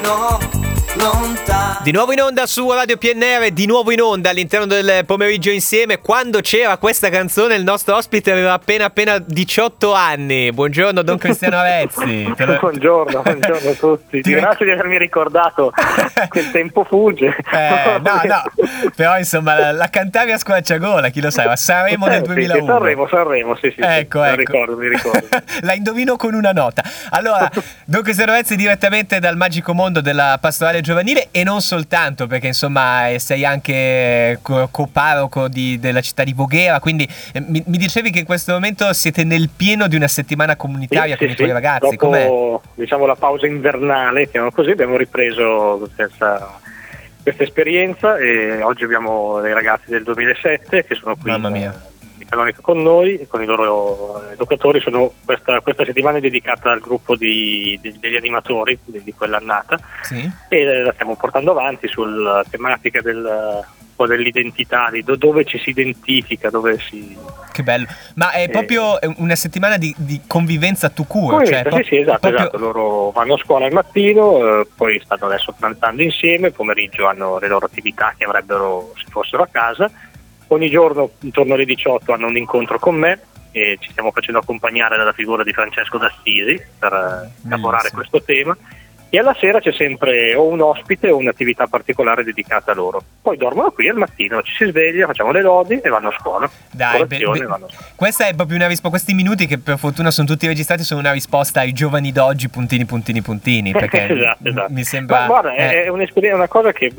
sono lontano. Di nuovo in onda su Radio PNR, di nuovo in onda all'interno del pomeriggio insieme. Quando c'era questa canzone il nostro ospite aveva appena 18 anni. Buongiorno Don Cristiano Avezzi. Buongiorno a tutti. Grazie di avermi ricordato che il tempo fugge. No, però insomma la cantavi a squarciagola, chi lo sa, ma Sanremo del 2001. Sanremo, sì. Ecco. Mi ricordo. La indovino con una nota. Allora, Don Cristiano Avezzi direttamente dal magico mondo della pastorale giovanile, e non soltanto, perché insomma sei anche coparroco della città di Voghera, quindi mi dicevi che in questo momento siete nel pieno di una settimana comunitaria con i tuoi ragazzi. Dopo, com'è? diciamo, la pausa invernale, chiamiamo così, abbiamo ripreso questa esperienza, e oggi abbiamo dei ragazzi del 2007 che sono qui. Mamma mia. Di Canonica con noi e con i loro educatori. Questa settimana è dedicata al gruppo degli animatori di quell'annata, Sì. E la stiamo portando avanti sulla tematica dell'identità, di dove ci si identifica, dove si... Che bello, ma è proprio una settimana di convivenza tout court, sì, esatto. Loro vanno a scuola al mattino, poi stanno adesso pranzando insieme, pomeriggio hanno le loro attività che avrebbero se fossero a casa. Ogni giorno intorno alle 18 hanno un incontro con me e ci stiamo facendo accompagnare dalla figura di Francesco d'Assisi per elaborare questo tema, e alla sera c'è sempre o un ospite o un'attività particolare dedicata a loro. Poi dormono qui, al mattino ci si sveglia, facciamo le lodi e vanno a scuola. Dai, questa è proprio una risposta. Questi minuti, che per fortuna sono tutti registrati, sono una risposta ai giovani d'oggi, puntini, perché esatto. Mi sembra... Ma guarda, è un'esperienza, una cosa che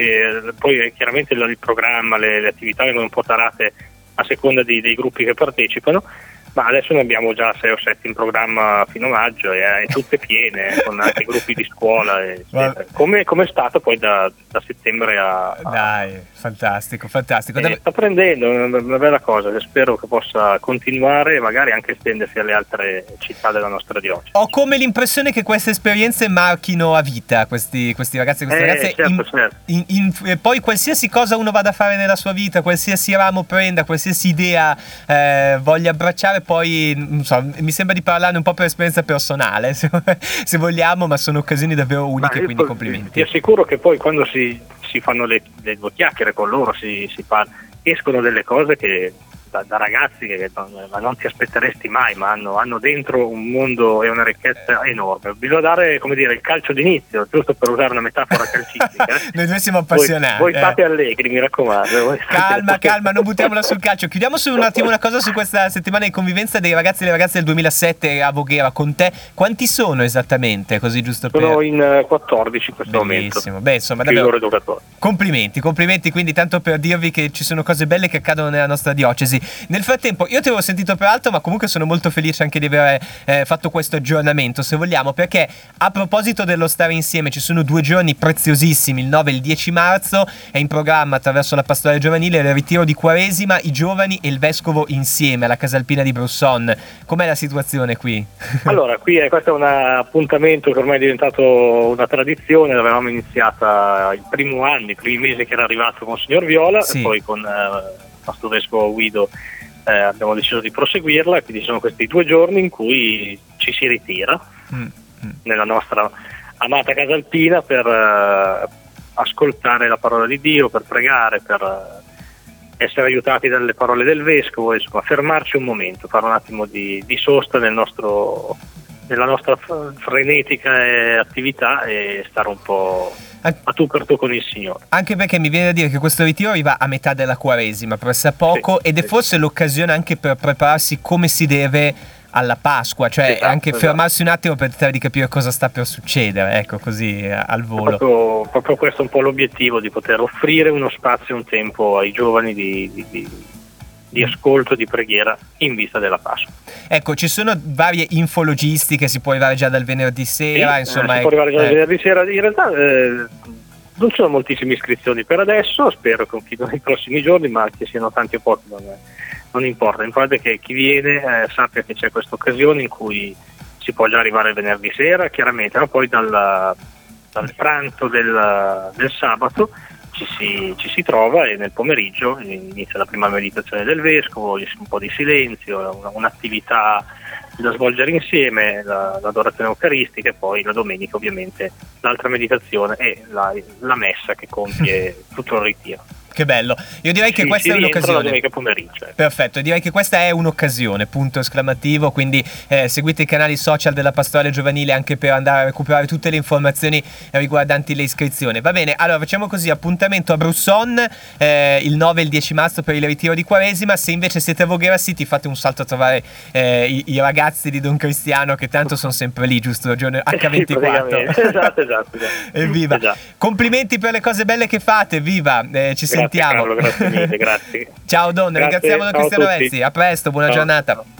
poi chiaramente il programma, le attività vengono un po' tarate a seconda dei gruppi che partecipano, ma adesso ne abbiamo già 6 o 7 in programma fino a maggio, e tutte piene, con anche gruppi di scuola, come è stato poi da settembre a... Dai, fantastico. Sta prendendo una bella cosa, che spero che possa continuare e magari anche estendersi alle altre città della nostra diocesi. Ho come l'impressione che queste esperienze marchino a vita questi ragazzi e queste ragazze. Certo. Poi qualsiasi cosa uno vada a fare nella sua vita, qualsiasi ramo prenda, qualsiasi idea voglia abbracciare, poi non so, mi sembra di parlarne un po' per esperienza personale, se vogliamo, ma sono occasioni davvero uniche, quindi complimenti. Ti assicuro che poi quando si fanno le due chiacchiere con loro, si parla, escono delle cose che da ragazzi che non ti aspetteresti mai, ma hanno dentro un mondo e una ricchezza enorme. Bisogna dare, come dire, il calcio d'inizio, giusto per usare una metafora calcistica. Noi due siamo appassionati. Voi state allegri, mi raccomando. Calma, non buttiamola sul calcio. Chiudiamo su un attimo una cosa su questa settimana di convivenza dei ragazzi e le ragazze del 2007 a Voghera con te. Quanti sono esattamente? Così giusto per... Sono in 14 in questo momento. Beh, insomma, davvero. Loro educatori. Complimenti, quindi tanto per dirvi che ci sono cose belle che accadono nella nostra diocesi. Nel frattempo io ti avevo sentito peraltro, ma comunque sono molto felice anche di aver fatto questo aggiornamento, se vogliamo, perché a proposito dello stare insieme ci sono 2 giorni preziosissimi, il 9 e il 10 marzo è in programma attraverso la pastorale giovanile il ritiro di Quaresima, i giovani e il vescovo insieme alla Casalpina di Brusson. Com'è la situazione qui? Allora, qui questo è un appuntamento che ormai è diventato una tradizione. L'avevamo iniziata i primi mesi che era arrivato Monsignor Viola, sì. E poi con il nostro vescovo Guido abbiamo deciso di proseguirla, quindi sono questi 2 giorni in cui ci si ritira nella nostra amata Casalpina per ascoltare la parola di Dio, per pregare, per essere aiutati dalle parole del vescovo, insomma fermarci un momento, fare un attimo di sosta nella nostra frenetica attività e stare un po' a tu per tu con il Signore. Anche perché mi viene da dire che questo ritiro arriva a metà della Quaresima, pressa poco, ed è forse l'occasione anche per prepararsi come si deve alla Pasqua, cioè anche fermarsi un attimo per tentare di capire cosa sta per succedere, ecco, così al volo. Proprio questo è un po' l'obiettivo, di poter offrire uno spazio e un tempo ai giovani di ascolto, di preghiera in vista della Pasqua. Ecco, ci sono varie infologistiche, si può arrivare già dal venerdì sera, insomma. Si può arrivare già dal venerdì sera, in realtà non ci sono moltissime iscrizioni per adesso, spero che confino nei prossimi giorni, ma che siano tanti o pochi non importa. L'importante è che chi viene sappia che c'è questa occasione in cui si può già arrivare il venerdì sera, chiaramente, ma poi dal pranzo del sabato ci si trova, e nel pomeriggio inizia la prima meditazione del vescovo, un po' di silenzio, un'attività da svolgere insieme, l'adorazione eucaristica e poi la domenica ovviamente l'altra meditazione e la messa che compie tutto il ritiro. Che bello. Io direi che questa è un'occasione. La domenica pomeriggio. Perfetto, direi che questa è un'occasione, punto esclamativo, quindi seguite i canali social della Pastorale Giovanile anche per andare a recuperare tutte le informazioni riguardanti le iscrizioni. Va bene, allora facciamo così, appuntamento a Brusson il 9 e il 10 marzo per il ritiro di Quaresima. Se invece siete a Voghera City fate un salto a trovare i ragazzi di Don Cristiano, che tanto sono sempre lì, giusto? Giorno H24. Sì, esatto. Evviva. Esatto. Complimenti per le cose belle che fate, viva, ci sentiamo. Grazie mille, grazie. Ciao Don, ringraziamo Don Cristiano Rezzi, a presto, buona giornata.